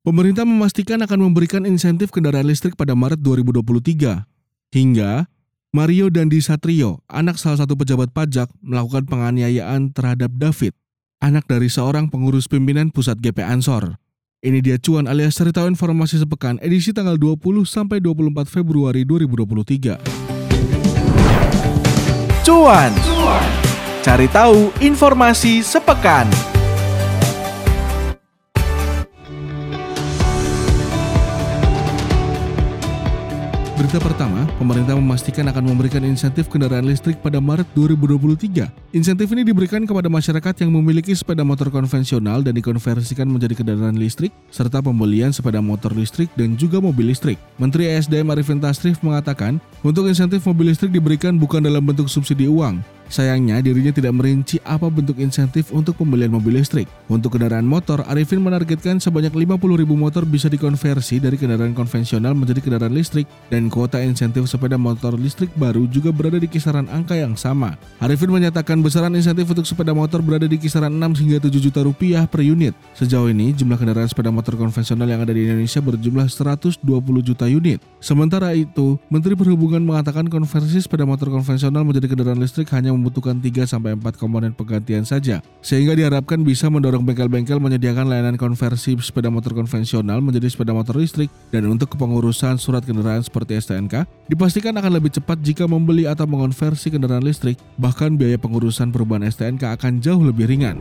Pemerintah memastikan akan memberikan insentif kendaraan listrik pada Maret 2023. Hingga Mario Dandi Satrio, anak salah satu pejabat pajak, melakukan penganiayaan terhadap David, anak dari seorang pengurus pimpinan pusat GP Ansor. Ini dia cuan alias cerita informasi sepekan edisi tanggal 20 sampai 24 Februari 2023. Cuan. Cari tahu informasi sepekan. Berita pertama, pemerintah memastikan akan memberikan insentif kendaraan listrik pada Maret 2023. Insentif ini diberikan kepada masyarakat yang memiliki sepeda motor konvensional dan dikonversikan menjadi kendaraan listrik, serta pembelian sepeda motor listrik dan juga mobil listrik. Menteri ESDM Arifin Tasrif mengatakan, untuk insentif mobil listrik diberikan bukan dalam bentuk subsidi uang. Sayangnya, dirinya tidak merinci apa bentuk insentif untuk pembelian mobil listrik. Untuk kendaraan motor, Arifin menargetkan sebanyak 50.000 motor bisa dikonversi dari kendaraan konvensional menjadi kendaraan listrik, dan kuota insentif sepeda motor listrik baru juga berada di kisaran angka yang sama. Arifin menyatakan besaran insentif untuk sepeda motor berada di kisaran 6 hingga 7 juta rupiah per unit. Sejauh ini, jumlah kendaraan sepeda motor konvensional yang ada di Indonesia berjumlah 120 juta unit. Sementara itu, Menteri Perhubungan mengatakan konversi sepeda motor konvensional menjadi kendaraan listrik hanya membutuhkan 3-4 komponen penggantian saja, sehingga diharapkan bisa mendorong bengkel-bengkel menyediakan layanan konversi sepeda motor konvensional menjadi sepeda motor listrik, dan untuk kepengurusan surat kendaraan seperti STNK, dipastikan akan lebih cepat jika membeli atau mengonversi kendaraan listrik, bahkan biaya pengurusan perubahan STNK akan jauh lebih ringan.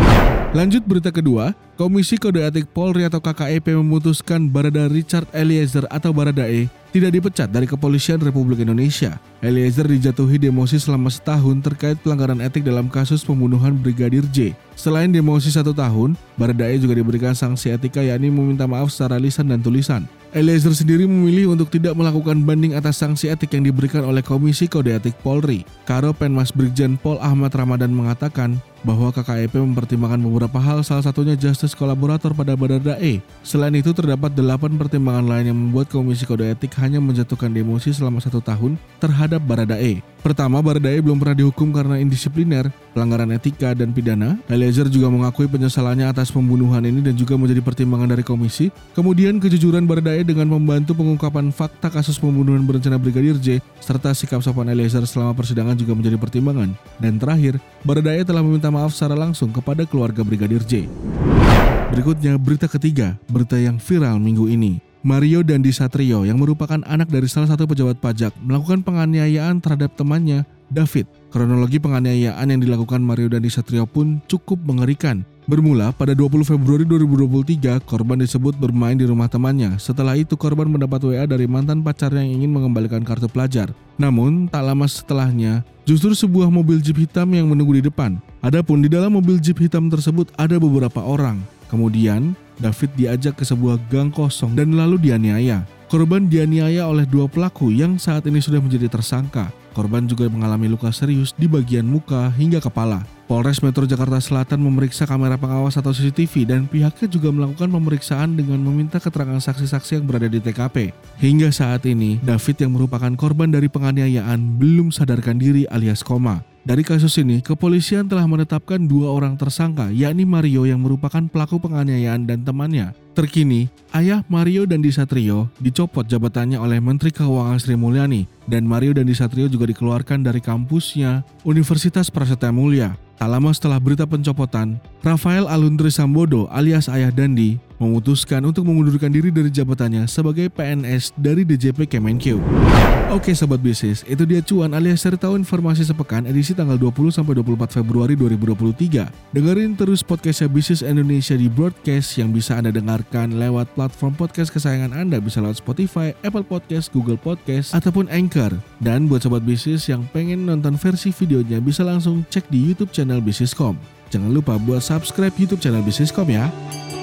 Lanjut berita kedua, Komisi Kode Etik Polri atau KKEP memutuskan Barada Richard Eliezer atau Baradae tidak dipecat dari Kepolisian Republik Indonesia. Eliezer dijatuhi demosi selama setahun terkait pelanggaran etik dalam kasus pembunuhan Brigadir J. Selain demosi 1 tahun, Baradae juga diberikan sanksi etika yakni meminta maaf secara lisan dan tulisan. Eliezer sendiri memilih untuk tidak melakukan banding atas sanksi etik yang diberikan oleh Komisi Kode Etik Polri. Karo Penmas Brigjen Pol Ahmad Ramadan mengatakan bahwa KKEP mempertimbangkan beberapa hal, salah satunya justice kolaborator pada Baradae. Selain itu, terdapat 8 pertimbangan lain yang membuat Komisi Kode Etik hanya menjatuhkan demosi selama 1 tahun terhadap Baradae. Pertama, Baradae belum pernah dihukum karena indisipliner, pelanggaran etika, dan pidana. Eliezer juga mengakui penyesalannya atas pembunuhan ini dan juga menjadi pertimbangan dari komisi. Kemudian, kejujuran Baradae dengan membantu pengungkapan fakta kasus pembunuhan berencana Brigadir J, serta sikap sopan Eliezer selama persidangan juga menjadi pertimbangan. Dan terakhir, Baradae telah meminta maaf secara langsung kepada keluarga Brigadir J. Berikutnya, berita ketiga, berita yang viral minggu ini. Mario Dandi Satrio yang merupakan anak dari salah satu pejabat pajak melakukan penganiayaan terhadap temannya, David. Kronologi penganiayaan yang dilakukan Mario Dandi Satrio pun cukup mengerikan. Bermula pada 20 Februari 2023, korban disebut bermain di rumah temannya. Setelah itu, korban mendapat WA dari mantan pacarnya yang ingin mengembalikan kartu pelajar. Namun, tak lama setelahnya, justru sebuah mobil Jeep hitam yang menunggu di depan. Adapun di dalam mobil Jeep hitam tersebut ada beberapa orang. Kemudian, David diajak ke sebuah gang kosong dan lalu dianiaya. Korban dianiaya oleh 2 pelaku yang saat ini sudah menjadi tersangka. Korban juga mengalami luka serius di bagian muka hingga kepala. Polres Metro Jakarta Selatan memeriksa kamera pengawas atau CCTV dan pihaknya juga melakukan pemeriksaan dengan meminta keterangan saksi-saksi yang berada di TKP. Hingga saat ini, David yang merupakan korban dari penganiayaan belum sadarkan diri alias koma. Dari kasus ini, kepolisian telah menetapkan 2 orang tersangka, yakni Mario yang merupakan pelaku penganiayaan dan temannya. Terkini, ayah Mario Dandi Satrio dicopot jabatannya oleh Menteri Keuangan Sri Mulyani, dan Mario Dandi Satrio juga dikeluarkan dari kampusnya Universitas Prasetya Mulia. Tak lama setelah berita pencopotan, Rafael Aluntri Sambodo alias Ayah Dandi memutuskan untuk mengundurkan diri dari jabatannya sebagai PNS dari DJP Kemenkeu. Oke sobat bisnis, itu dia cuan alias cari tahu informasi sepekan edisi tanggal 20 sampai 24 Februari 2023. Dengerin terus podcastnya Bisnis Indonesia di Broadcast yang bisa Anda dengarkan lewat platform podcast kesayangan Anda, bisa lewat Spotify, Apple Podcast, Google Podcast, ataupun Anchor. Dan buat sobat bisnis yang pengen nonton versi videonya bisa langsung cek di YouTube channel Bisniscom. Jangan lupa buat subscribe YouTube channel Bisniscom ya.